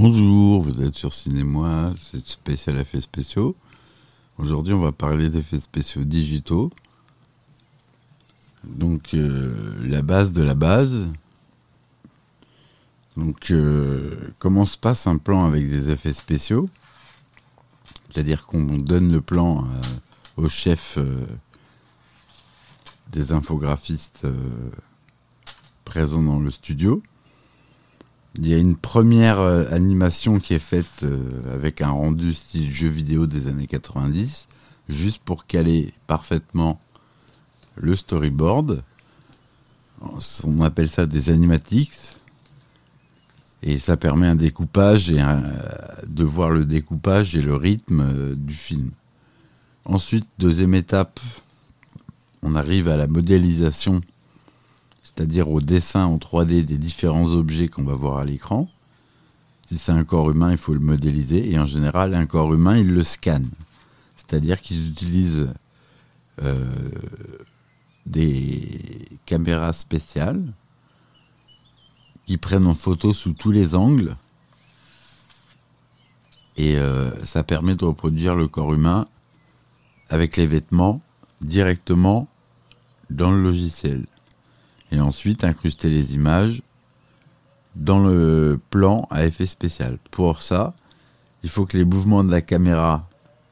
Bonjour, vous êtes sur Cinémoi, c'est spécial effets spéciaux. Aujourd'hui, on va parler d'effets spéciaux digitaux. Donc, la base de la base. Donc, comment se passe un plan avec des effets spéciaux ? C'est-à-dire qu'on donne le plan au chef des infographistes présents dans le studio. Il y a une première animation qui est faite avec un rendu style jeu vidéo des années 90, juste pour caler parfaitement le storyboard. On appelle ça des animatics. Et ça permet un découpage et de voir le découpage et le rythme du film. Ensuite, deuxième étape, on arrive à la modélisation, c'est-à-dire au dessin en 3D des différents objets qu'on va voir à l'écran. Si c'est un corps humain, il faut le modéliser. Et en général, un corps humain, ils le scannent. C'est-à-dire qu'ils utilisent des caméras spéciales qui prennent en photo sous tous les angles. Et ça permet de reproduire le corps humain avec les vêtements directement dans le logiciel. Et ensuite incruster les images dans le plan à effet spécial. Pour ça, il faut que les mouvements de la caméra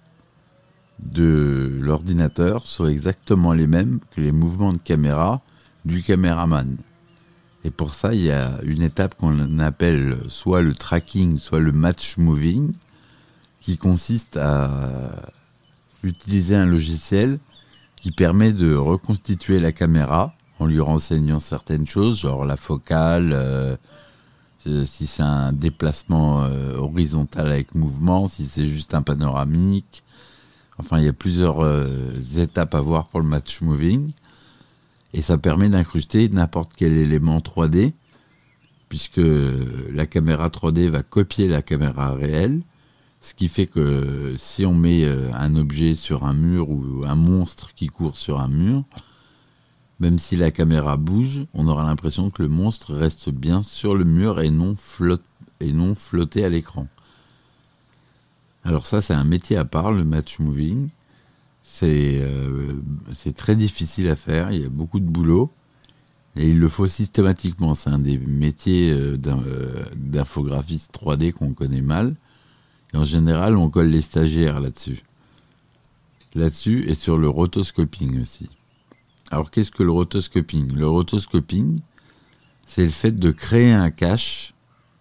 de l'ordinateur soient exactement les mêmes que les mouvements de caméra du caméraman. Et pour ça, il y a une étape qu'on appelle soit le tracking, soit le match moving, qui consiste à utiliser un logiciel qui permet de reconstituer la caméra en lui renseignant certaines choses, genre la focale, si c'est un déplacement horizontal avec mouvement, si c'est juste un panoramique. Enfin, il y a plusieurs étapes à voir pour le match moving. Et ça permet d'incruster n'importe quel élément 3D, puisque la caméra 3D va copier la caméra réelle, ce qui fait que si on met un objet sur un mur ou un monstre qui court sur un mur, même si la caméra bouge, on aura l'impression que le monstre reste bien sur le mur et non flotté à l'écran. Alors ça, c'est un métier à part, le match moving. C'est très difficile à faire, il y a beaucoup de boulot et il le faut systématiquement. C'est un des métiers d'infographiste 3D qu'on connaît mal. Et en général, on colle les stagiaires là-dessus. Là-dessus et sur le rotoscoping aussi. Alors qu'est-ce que le rotoscoping ? Le rotoscoping, c'est le fait de créer un cache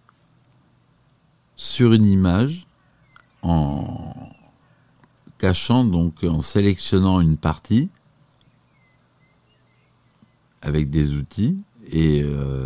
sur une image en cachant, donc en sélectionnant une partie avec des outils et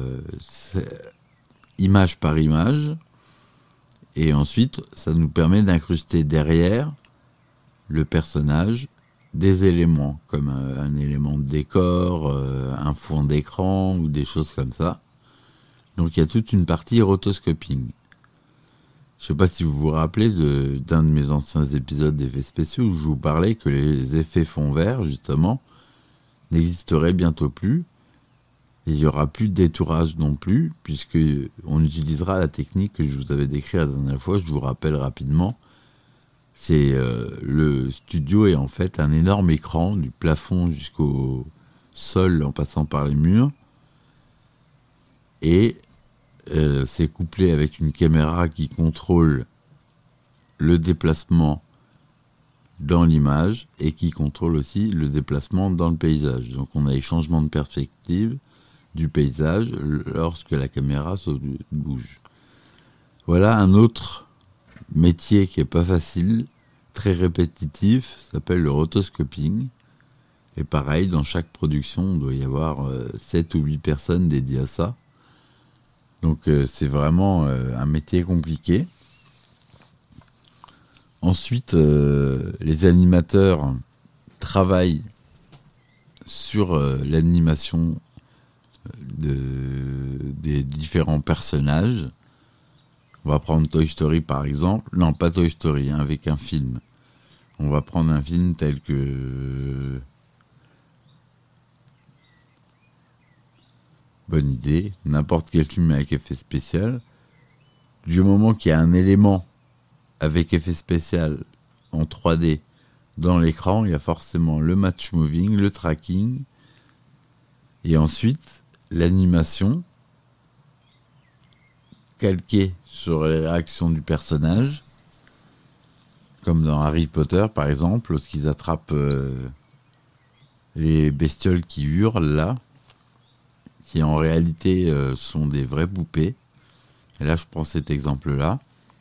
image par image, et ensuite ça nous permet d'incruster derrière le personnage des éléments comme un élément de décor, un fond d'écran ou des choses comme ça. Donc il y a toute une partie rotoscoping. Je ne sais pas si vous vous rappelez d'un de mes anciens épisodes d'effets spéciaux où je vous parlais que les effets fond vert, justement, n'existeraient bientôt plus. Et il n'y aura plus de détourage non plus, puisqu'on utilisera la technique que je vous avais décrite la dernière fois. Je vous rappelle rapidement. C'est le studio est en fait un énorme écran du plafond jusqu'au sol en passant par les murs. Et c'est couplé avec une caméra qui contrôle le déplacement dans l'image et qui contrôle aussi le déplacement dans le paysage. Donc on a les changements de perspective du paysage lorsque la caméra se bouge. Voilà un autre métier qui n'est pas facile, très répétitif, s'appelle le rotoscoping. Et pareil, dans chaque production, il doit y avoir 7 ou 8 personnes dédiées à ça. Donc c'est vraiment un métier compliqué. Ensuite, les animateurs travaillent sur l'animation des différents personnages. On va prendre Toy Story par exemple. Non, pas Toy Story, avec un film. On va prendre un film tel que... Bonne idée. N'importe quel film avec effet spécial. Du moment qu'il y a un élément avec effet spécial en 3D dans l'écran, il y a forcément le match moving, le tracking, et ensuite l'animation calquée sur les réactions du personnage, comme dans Harry Potter par exemple, lorsqu'ils attrapent les bestioles qui hurlent là, qui en réalité sont des vraies poupées. Et là je prends cet exemple là.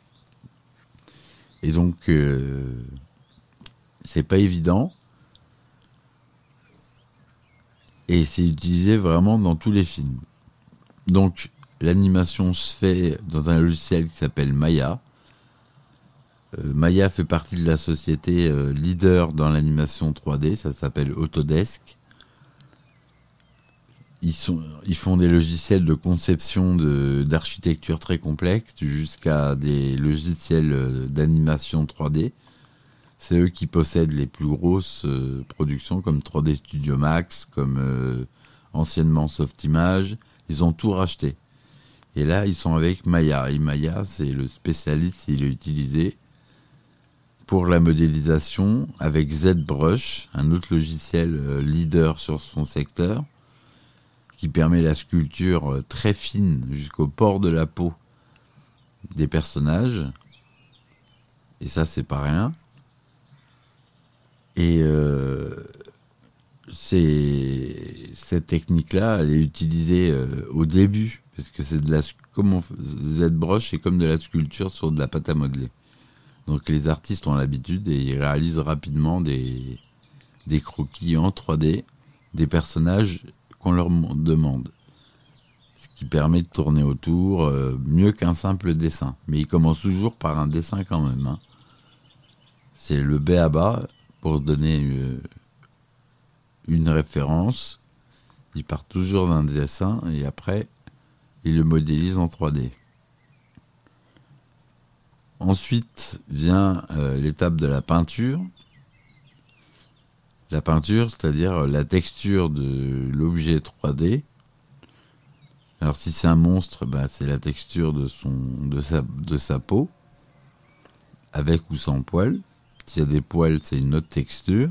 Et donc c'est pas évident. Et c'est utilisé vraiment dans tous les films. Donc l'animation se fait dans un logiciel qui s'appelle Maya. Maya fait partie de la société leader dans l'animation 3D, ça s'appelle Autodesk. Ils font des logiciels de conception d'architecture très complexes jusqu'à des logiciels d'animation 3D. C'est eux qui possèdent les plus grosses productions comme 3D Studio Max, comme anciennement Softimage. Ils ont tout racheté. Et là, ils sont avec Maya. Et Maya, c'est le spécialiste, il est utilisé pour la modélisation avec ZBrush, un autre logiciel leader sur son secteur, qui permet la sculpture très fine jusqu'au port de la peau des personnages. Et ça, c'est pas rien. Et cette technique-là, elle est utilisée au début, parce que c'est ZBrush, c'est comme de la sculpture sur de la pâte à modeler. Donc les artistes ont l'habitude et ils réalisent rapidement des croquis en 3D, des personnages qu'on leur demande. Ce qui permet de tourner autour mieux qu'un simple dessin. Mais ils commencent toujours par un dessin quand même. Hein. C'est le b.a.-ba pour se donner une référence. Ils partent toujours d'un dessin et après, ils le modélisent en 3D. Ensuite vient l'étape de la peinture. La peinture, c'est-à-dire la texture de l'objet 3D. Alors si c'est un monstre, c'est la texture de sa peau, avec ou sans poils. S'il y a des poils, c'est une autre texture.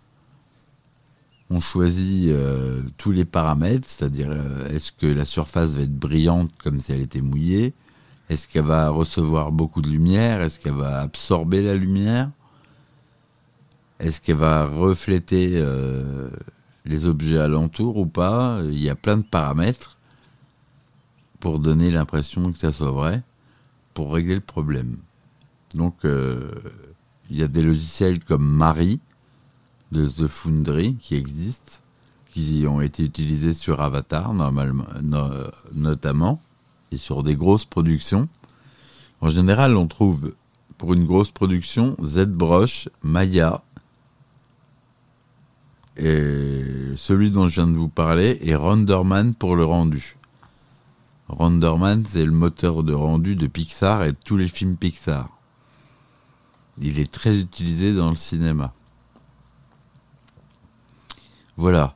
On choisit tous les paramètres, c'est-à-dire est-ce que la surface va être brillante comme si elle était mouillée ? Est-ce qu'elle va recevoir beaucoup de lumière ? Est-ce qu'elle va absorber la lumière ? Est-ce qu'elle va refléter les objets alentours ou pas ? Il y a plein de paramètres pour donner l'impression que ça soit vrai, pour régler le problème. Donc, il y a des logiciels comme Mari, de The Foundry, qui existent, qui ont été utilisés sur Avatar, notamment, et sur des grosses productions. En général, on trouve, pour une grosse production, ZBrush, Maya, et celui dont je viens de vous parler est Renderman pour le rendu. Renderman, c'est le moteur de rendu de Pixar et de tous les films Pixar. Il est très utilisé dans le cinéma. Voilà.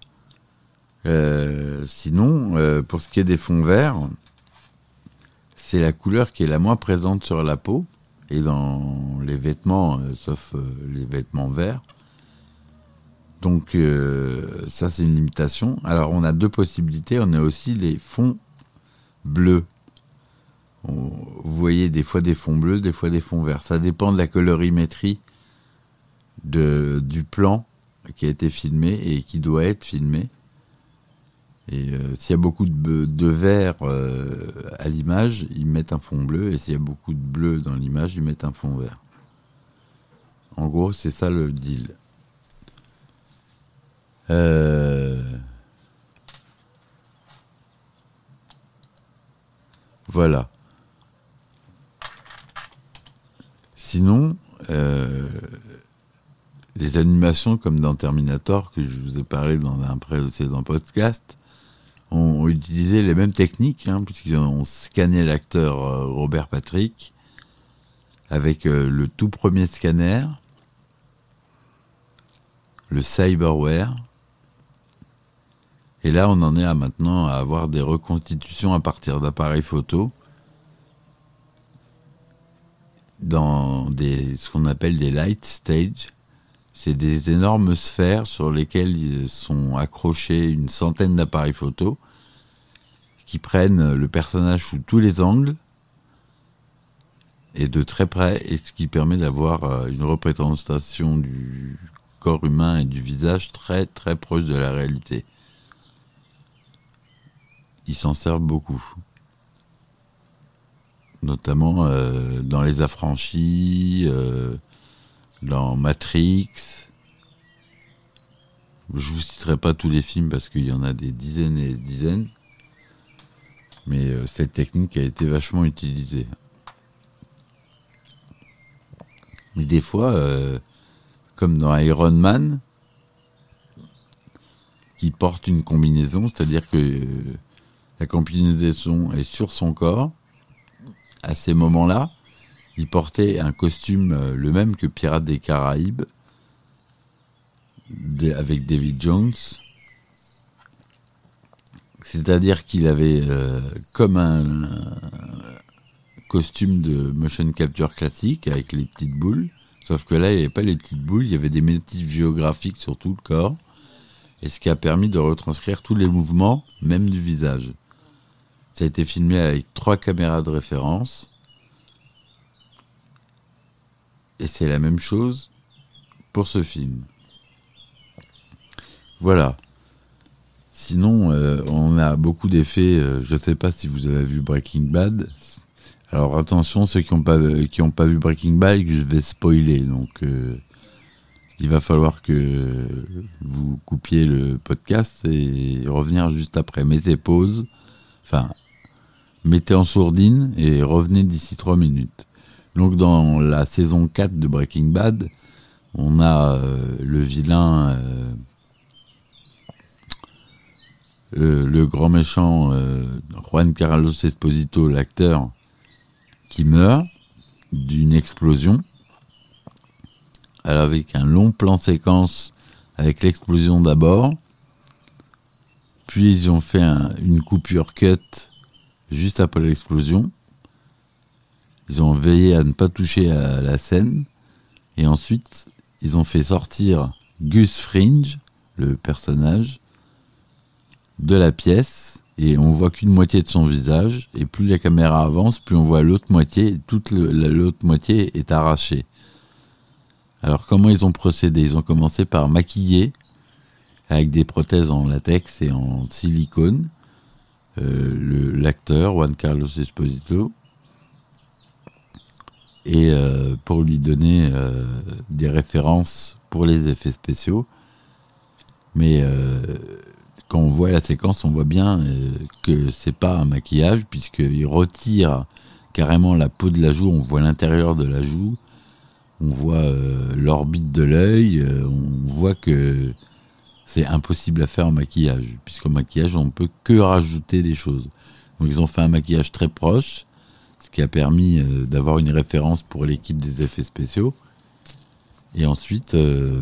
Sinon, pour ce qui est des fonds verts, c'est la couleur qui est la moins présente sur la peau et dans les vêtements, sauf les vêtements verts. Donc ça, c'est une limitation. Alors, on a deux possibilités. On a aussi les fonds bleus. Vous voyez des fois des fonds bleus, des fois des fonds verts. Ça dépend de la colorimétrie du plan qui a été filmé et qui doit être filmé. Et s'il y a beaucoup de vert à l'image, ils mettent un fond bleu. Et s'il y a beaucoup de bleu dans l'image, ils mettent un fond vert. En gros, c'est ça le deal. Voilà. Sinon, les animations comme dans Terminator, que je vous ai parlé dans un précédent podcast, ont utilisé les mêmes techniques, puisqu'ils ont scanné l'acteur Robert Patrick avec le tout premier scanner, le cyberware. Et là, on en est maintenant à avoir des reconstitutions à partir d'appareils photo dans ce qu'on appelle des light stages. C'est des énormes sphères sur lesquelles sont accrochés une centaine d'appareils photo qui prennent le personnage sous tous les angles et de très près, et ce qui permet d'avoir une représentation du corps humain et du visage très très proche de la réalité. Ils s'en servent beaucoup. Notamment dans Les Affranchis, dans Matrix. Je vous citerai pas tous les films parce qu'il y en a des dizaines et des dizaines. Mais cette technique a été vachement utilisée. Et des fois, comme dans Iron Man, qui porte une combinaison, c'est-à-dire que la combinaison est sur son corps. À ces moments-là, il portait un costume le même que Pirates des Caraïbes, avec David Jones. C'est-à-dire qu'il avait comme un costume de motion capture classique avec les petites boules, sauf que là, il n'y avait pas les petites boules, il y avait des motifs géographiques sur tout le corps, et ce qui a permis de retranscrire tous les mouvements, même du visage. Ça a été filmé avec 3 caméras de référence. Et c'est la même chose pour ce film. Voilà. Sinon, on a beaucoup d'effets. Je ne sais pas si vous avez vu Breaking Bad. Alors attention, ceux qui n'ont pas vu Breaking Bad, je vais spoiler. Donc, il va falloir que vous coupiez le podcast et revenir juste après. Mettez pause. Enfin, mettez en sourdine et revenez d'ici 3 minutes. Donc dans la saison 4 de Breaking Bad, on a le vilain, le grand méchant Juan Carlos Esposito, l'acteur, qui meurt d'une explosion. Alors avec un long plan séquence avec l'explosion d'abord, puis ils ont fait une coupure cut juste après l'explosion. Ils ont veillé à ne pas toucher à la scène. Et ensuite, ils ont fait sortir Gus Fring, le personnage, de la pièce. Et on voit qu'une moitié de son visage. Et plus la caméra avance, plus on voit l'autre moitié. Et toute l'autre moitié est arrachée. Alors comment ils ont procédé ? Ils ont commencé par maquiller avec des prothèses en latex et en silicone l'acteur Juan Carlos Esposito. Et pour lui donner des références pour les effets spéciaux. Mais quand on voit la séquence, on voit bien que c'est pas un maquillage, puisqu'il retire carrément la peau de la joue, on voit l'intérieur de la joue, on voit l'orbite de l'œil, on voit que c'est impossible à faire en maquillage, puisqu'en maquillage, on ne peut que rajouter des choses. Donc ils ont fait un maquillage très proche, qui a permis d'avoir une référence pour l'équipe des effets spéciaux. Et ensuite,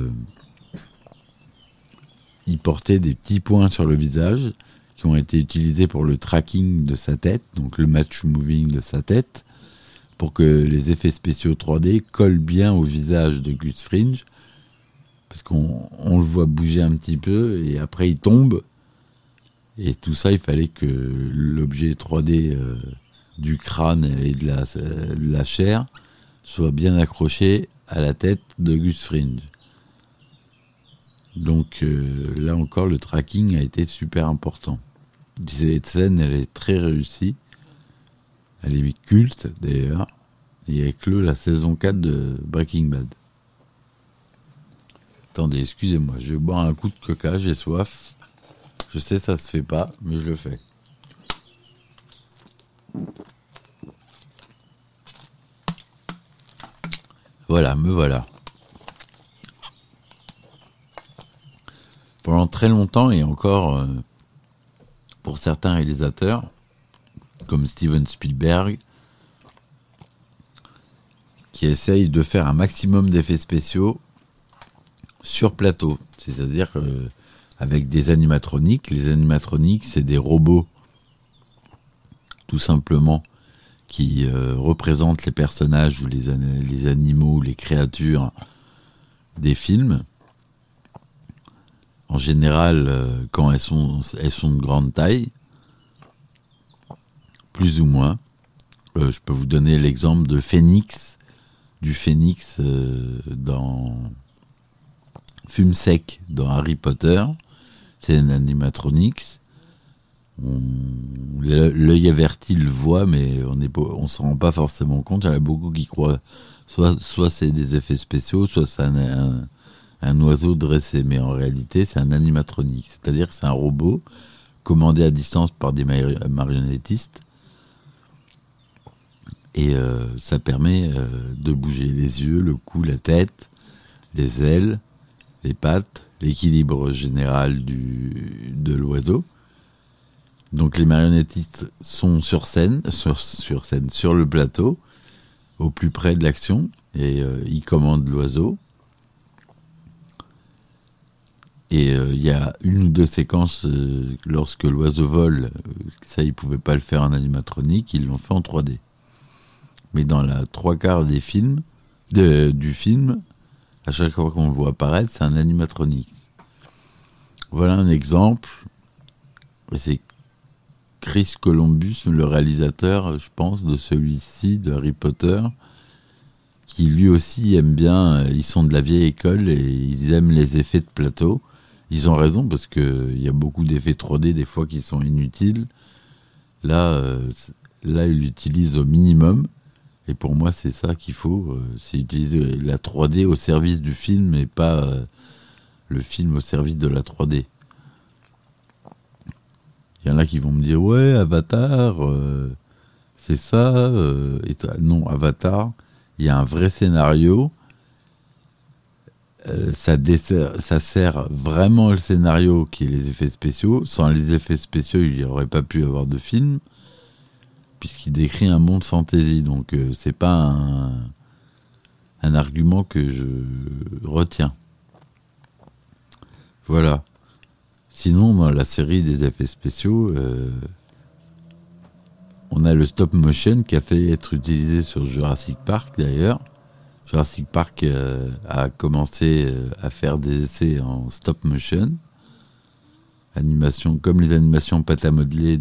il portait des petits points sur le visage qui ont été utilisés pour le tracking de sa tête, donc le match moving de sa tête, pour que les effets spéciaux 3D collent bien au visage de Gus Fring, parce qu'on le voit bouger un petit peu et après il tombe. Et tout ça, il fallait que l'objet 3D du crâne et de la chair soit bien accroché à la tête de Gus Fring. Donc là encore, le tracking a été super important. Cette scène, elle est très réussie. Elle est culte d'ailleurs. Et elle clôt la saison 4 de Breaking Bad. Attendez, excusez-moi, je vais boire un coup de coca, j'ai soif. Je sais, ça se fait pas, mais je le fais. Voilà, me voilà. Pendant très longtemps, et encore pour certains réalisateurs, comme Steven Spielberg, qui essayent de faire un maximum d'effets spéciaux sur plateau. C'est-à-dire avec des animatroniques. Les animatroniques, c'est des robots, tout simplement, qui représentent les personnages ou les animaux, les créatures des films. En général, quand elles sont de grande taille, plus ou moins. Je peux vous donner l'exemple de Phénix, du Phénix dans Fume Sec dans Harry Potter. C'est un animatronics. L'œil averti le voit, mais on s'en rend pas forcément compte. Il y en a beaucoup qui croient soit c'est des effets spéciaux, soit c'est un oiseau dressé, mais en réalité c'est un animatronique, c'est-à-dire que c'est un robot commandé à distance par des marionnettistes, et ça permet de bouger les yeux, le cou, la tête, les ailes, les pattes, l'équilibre général de l'oiseau. Donc les marionnettistes sont sur le plateau, au plus près de l'action, et ils commandent l'oiseau. Et il y a une ou deux séquences, lorsque l'oiseau vole, ça ils ne pouvaient pas le faire en animatronique, ils l'ont fait en 3D. Mais dans la 3/4 du film, à chaque fois qu'on le voit apparaître, c'est un animatronique. Voilà un exemple. C'est Chris Columbus, le réalisateur, je pense, de celui-ci, de Harry Potter, qui lui aussi aime bien, ils sont de la vieille école et ils aiment les effets de plateau. Ils ont raison parce qu'il y a beaucoup d'effets 3D des fois qui sont inutiles. Là, ils l'utilisent au minimum. Et pour moi, c'est ça qu'il faut. C'est utiliser la 3D au service du film et pas le film au service de la 3D. Il y en a qui vont me dire « Ouais, Avatar, c'est ça. » Non, Avatar, il y a un vrai scénario. Ça sert vraiment le scénario qui est les effets spéciaux. Sans les effets spéciaux, il n'y aurait pas pu avoir de film, puisqu'il décrit un monde fantasy. Donc c'est pas un argument que je retiens. Voilà. Sinon, dans la série des effets spéciaux, on a le stop motion qui a fait être utilisé sur Jurassic Park d'ailleurs. Jurassic Park a commencé à faire des essais en stop motion, animation comme les animations pâte à modeler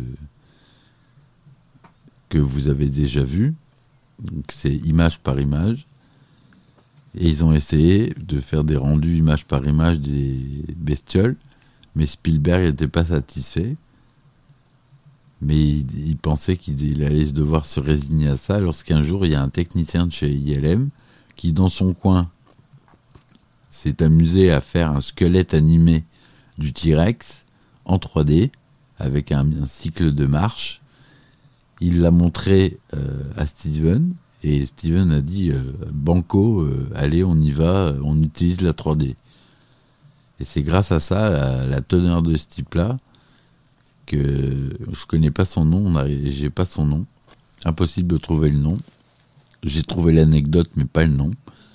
que vous avez déjà vues. Donc c'est image par image. Et ils ont essayé de faire des rendus image par image des bestioles, mais Spielberg n'était pas satisfait. Mais il pensait qu'il allait devoir se résigner à ça lorsqu'un jour il y a un technicien de chez ILM qui, dans son coin, s'est amusé à faire un squelette animé du T-Rex en 3D avec un cycle de marche. Il l'a montré à Steven et Steven a dit Banco, allez, on y va, on utilise la 3D. Et c'est grâce à ça, à la teneur de ce type-là, que je connais pas son nom, j'ai pas son nom, impossible de trouver le nom. J'ai trouvé l'anecdote mais pas le nom.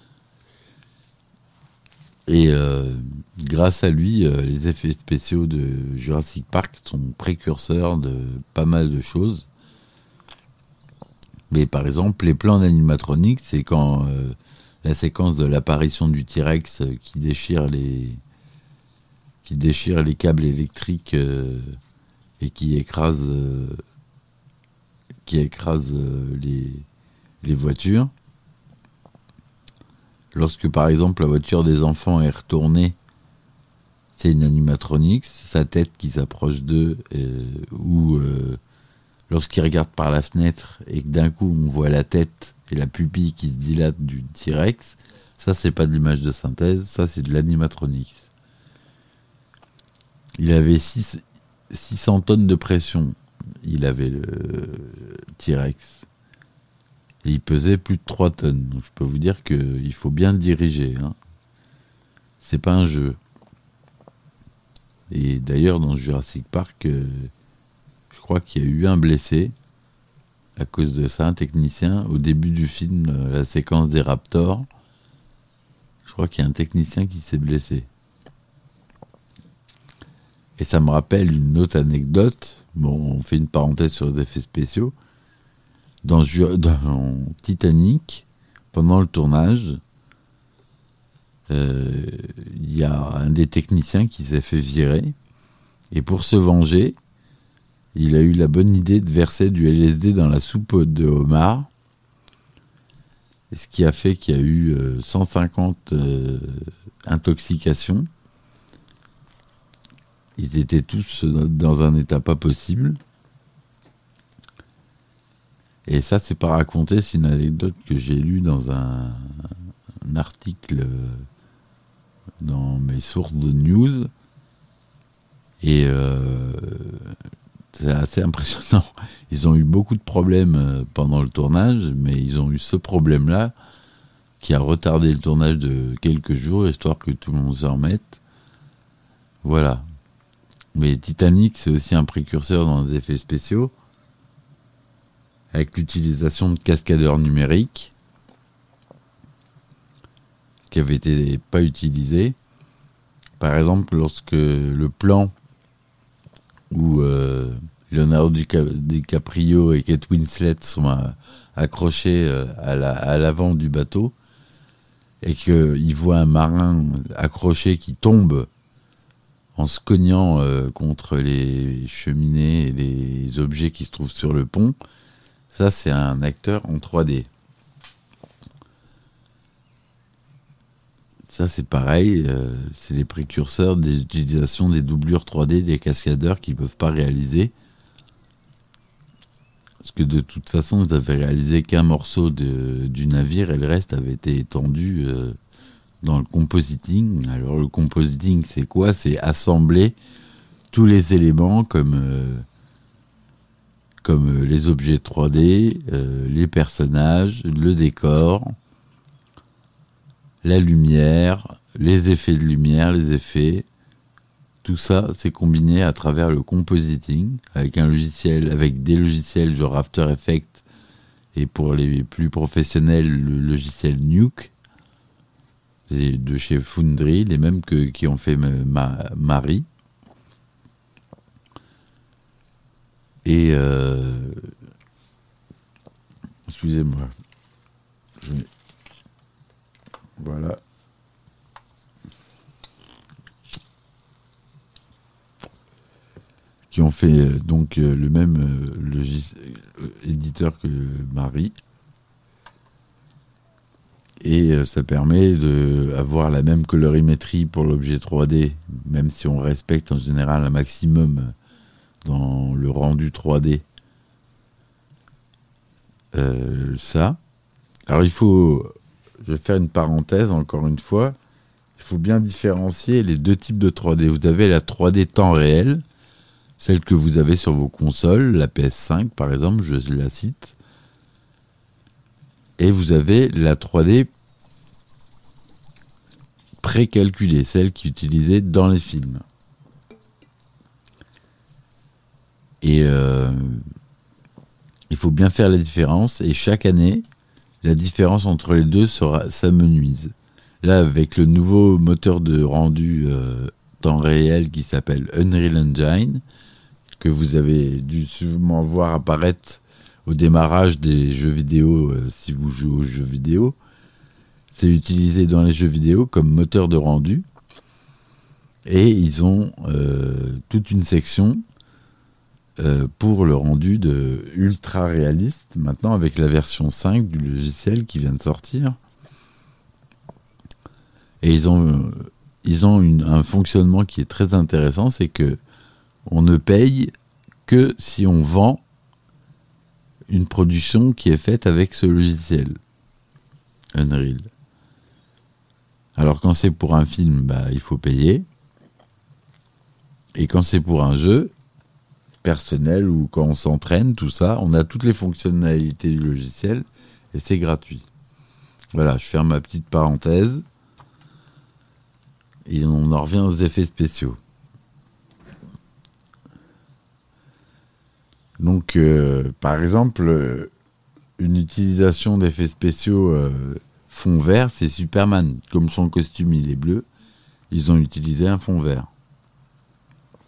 Et grâce à lui, les effets spéciaux de Jurassic Park sont précurseurs de pas mal de choses. Mais par exemple, les plans d'animatronique, c'est quand la séquence de l'apparition du T-Rex qui déchire les câbles électriques et qui écrase les voitures. Lorsque par exemple la voiture des enfants est retournée, c'est une animatronique, sa tête qui s'approche d'eux, ou lorsqu'ils regardent par la fenêtre et que d'un coup on voit la tête et la pupille qui se dilate du T-Rex, ça c'est pas de l'image de synthèse, ça c'est de l'animatronique. Il avait 600 tonnes de pression, il avait le T-Rex. Et il pesait plus de 3 tonnes. Donc je peux vous dire qu'il faut bien le diriger. Hein. C'est pas un jeu. Et d'ailleurs, dans Jurassic Park, je crois qu'il y a eu un blessé à cause de ça, un technicien. Au début du film, la séquence des Raptors, je crois qu'il y a un technicien qui s'est blessé. Et ça me rappelle une autre anecdote. Bon, on fait une parenthèse sur les effets spéciaux. Dans Titanic, pendant le tournage, il y a un des techniciens qui s'est fait virer. Et pour se venger, il a eu la bonne idée de verser du LSD dans la soupe de homard. Et ce qui a fait qu'il y a eu 150 intoxications. Ils étaient tous dans un état pas possible. Et ça, c'est pas raconté, c'est une anecdote que j'ai lue dans un article dans mes sources de news. Et c'est assez impressionnant. Ils ont eu beaucoup de problèmes pendant le tournage, mais ils ont eu ce problème-là qui a retardé le tournage de quelques jours, histoire que tout le monde s'en remette. Voilà. Mais Titanic, c'est aussi un précurseur dans les effets spéciaux, avec l'utilisation de cascadeurs numériques, qui avait été pas utilisé. Par exemple, lorsque le plan où Leonardo DiCaprio et Kate Winslet sont accrochés à l'avant du bateau et qu'ils voient un marin accroché qui tombe en se cognant contre les cheminées et les objets qui se trouvent sur le pont, ça c'est un acteur en 3D. Ça, c'est pareil, c'est les précurseurs des utilisations des doublures 3D des cascadeurs qui ne peuvent pas réaliser. Parce que de toute façon, ils avaient réalisé qu'un morceau du navire et le reste avait été étendu dans le compositing. Alors, le compositing, c'est quoi ? C'est assembler tous les éléments comme les objets 3D, les personnages, le décor, la lumière, les effets de lumière, les effets, tout ça, c'est combiné à travers le compositing avec des logiciels genre After Effects et pour les plus professionnels, le logiciel Nuke de chez Foundry, les mêmes qui ont fait Marie. Et excusez-moi, voilà. Qui ont fait donc le même éditeur que Marie. Et ça permet d'avoir la même colorimétrie pour l'objet 3D, même si on respecte en général un maximum dans le rendu 3D. Ça. Alors je vais faire une parenthèse encore une fois. Il faut bien différencier les deux types de 3D. Vous avez la 3D temps réel, celle que vous avez sur vos consoles, la PS5 par exemple, je la cite. Et vous avez la 3D précalculée, celle qui est utilisée dans les films. Et il faut bien faire la différence. Et chaque année, la différence entre les deux s'amenuise. Là, avec le nouveau moteur de rendu temps réel qui s'appelle Unreal Engine, que vous avez dû sûrement voir apparaître au démarrage des jeux vidéo, si vous jouez aux jeux vidéo, c'est utilisé dans les jeux vidéo comme moteur de rendu. Et ils ont toute une section pour le rendu de ultra réaliste, maintenant avec la version 5 du logiciel qui vient de sortir. Et ils ont un fonctionnement qui est très intéressant, c'est que on ne paye que si on vend une production qui est faite avec ce logiciel Unreal. Alors quand c'est pour un film, il faut payer. Et quand c'est pour un jeu personnel ou quand on s'entraîne, tout ça, on a toutes les fonctionnalités du logiciel et c'est gratuit. Voilà, je ferme ma petite parenthèse. Et on en revient aux effets spéciaux. Donc, par exemple, une utilisation d'effets spéciaux fond vert, c'est Superman. Comme son costume, il est bleu, ils ont utilisé un fond vert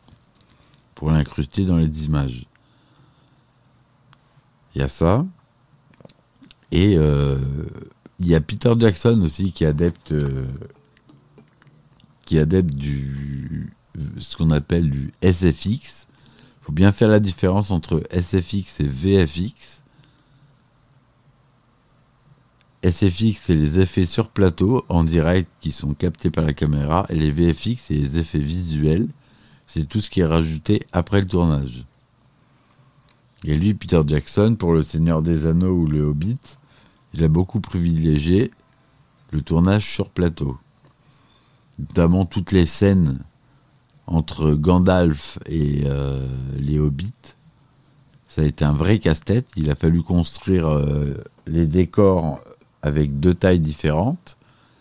pour l'incruster dans les images. Il y a ça. Et il y a Peter Jackson aussi qui est adepte du ce qu'on appelle du SFX. Il faut bien faire la différence entre SFX et VFX. SFX, c'est les effets sur plateau en direct qui sont captés par la caméra, et les VFX, c'est les effets visuels. C'est tout ce qui est rajouté après le tournage. Et lui, Peter Jackson, pour Le Seigneur des Anneaux ou Le Hobbit, il a beaucoup privilégié le tournage sur plateau. Notamment toutes les scènes entre Gandalf et les Hobbits. Ça a été un vrai casse-tête. Il a fallu construire les décors avec 2 tailles différentes.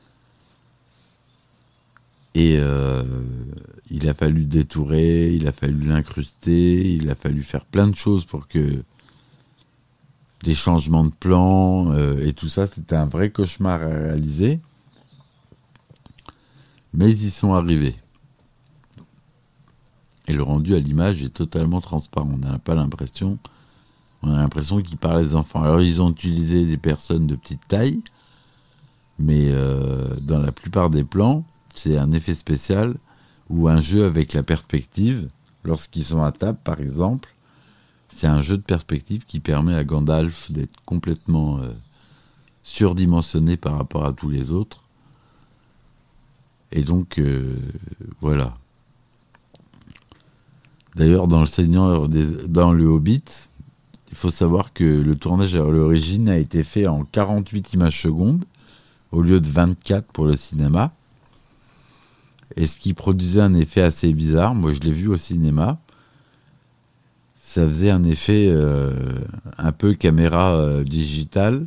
Et il a fallu détourer, il a fallu l'incruster, il a fallu faire plein de choses pour que des changements de plan et tout ça, c'était un vrai cauchemar à réaliser. Mais ils y sont arrivés. Et le rendu à l'image est totalement transparent. On n'a pas l'impression, on a l'impression qu'ils parlent des enfants. Alors ils ont utilisé des personnes de petite taille, mais dans la plupart des plans, c'est un effet spécial ou un jeu avec la perspective. Lorsqu'ils sont à table, par exemple, c'est un jeu de perspective qui permet à Gandalf d'être complètement surdimensionné par rapport à tous les autres. Et donc, voilà. D'ailleurs, dans le Hobbit, il faut savoir que le tournage à l'origine a été fait en 48 images secondes, au lieu de 24 pour le cinéma. Et ce qui produisait un effet assez bizarre, moi je l'ai vu au cinéma, ça faisait un effet un peu caméra digitale,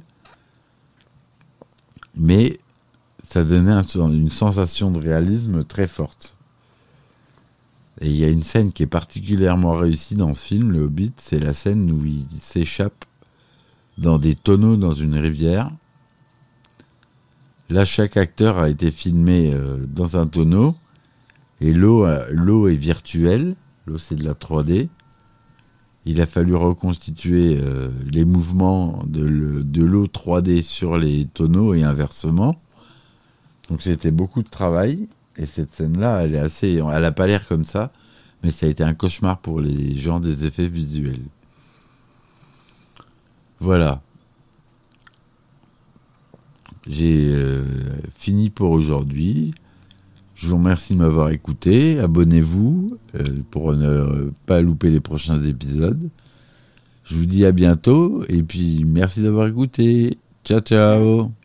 mais ça donnait une sensation de réalisme très forte. Et il y a une scène qui est particulièrement réussie dans ce film, Le Hobbit, c'est la scène où il s'échappe dans des tonneaux dans une rivière. Là, chaque acteur a été filmé dans un tonneau, et l'eau est virtuelle, l'eau c'est de la 3D. Il a fallu reconstituer les mouvements de l'eau 3D sur les tonneaux et inversement. Donc c'était beaucoup de travail, et cette scène-là, elle a pas l'air comme ça, mais ça a été un cauchemar pour les gens des effets visuels. Voilà. J'ai fini pour aujourd'hui. Je vous remercie de m'avoir écouté. Abonnez-vous pour ne pas louper les prochains épisodes. Je vous dis à bientôt et puis merci d'avoir écouté. Ciao, ciao.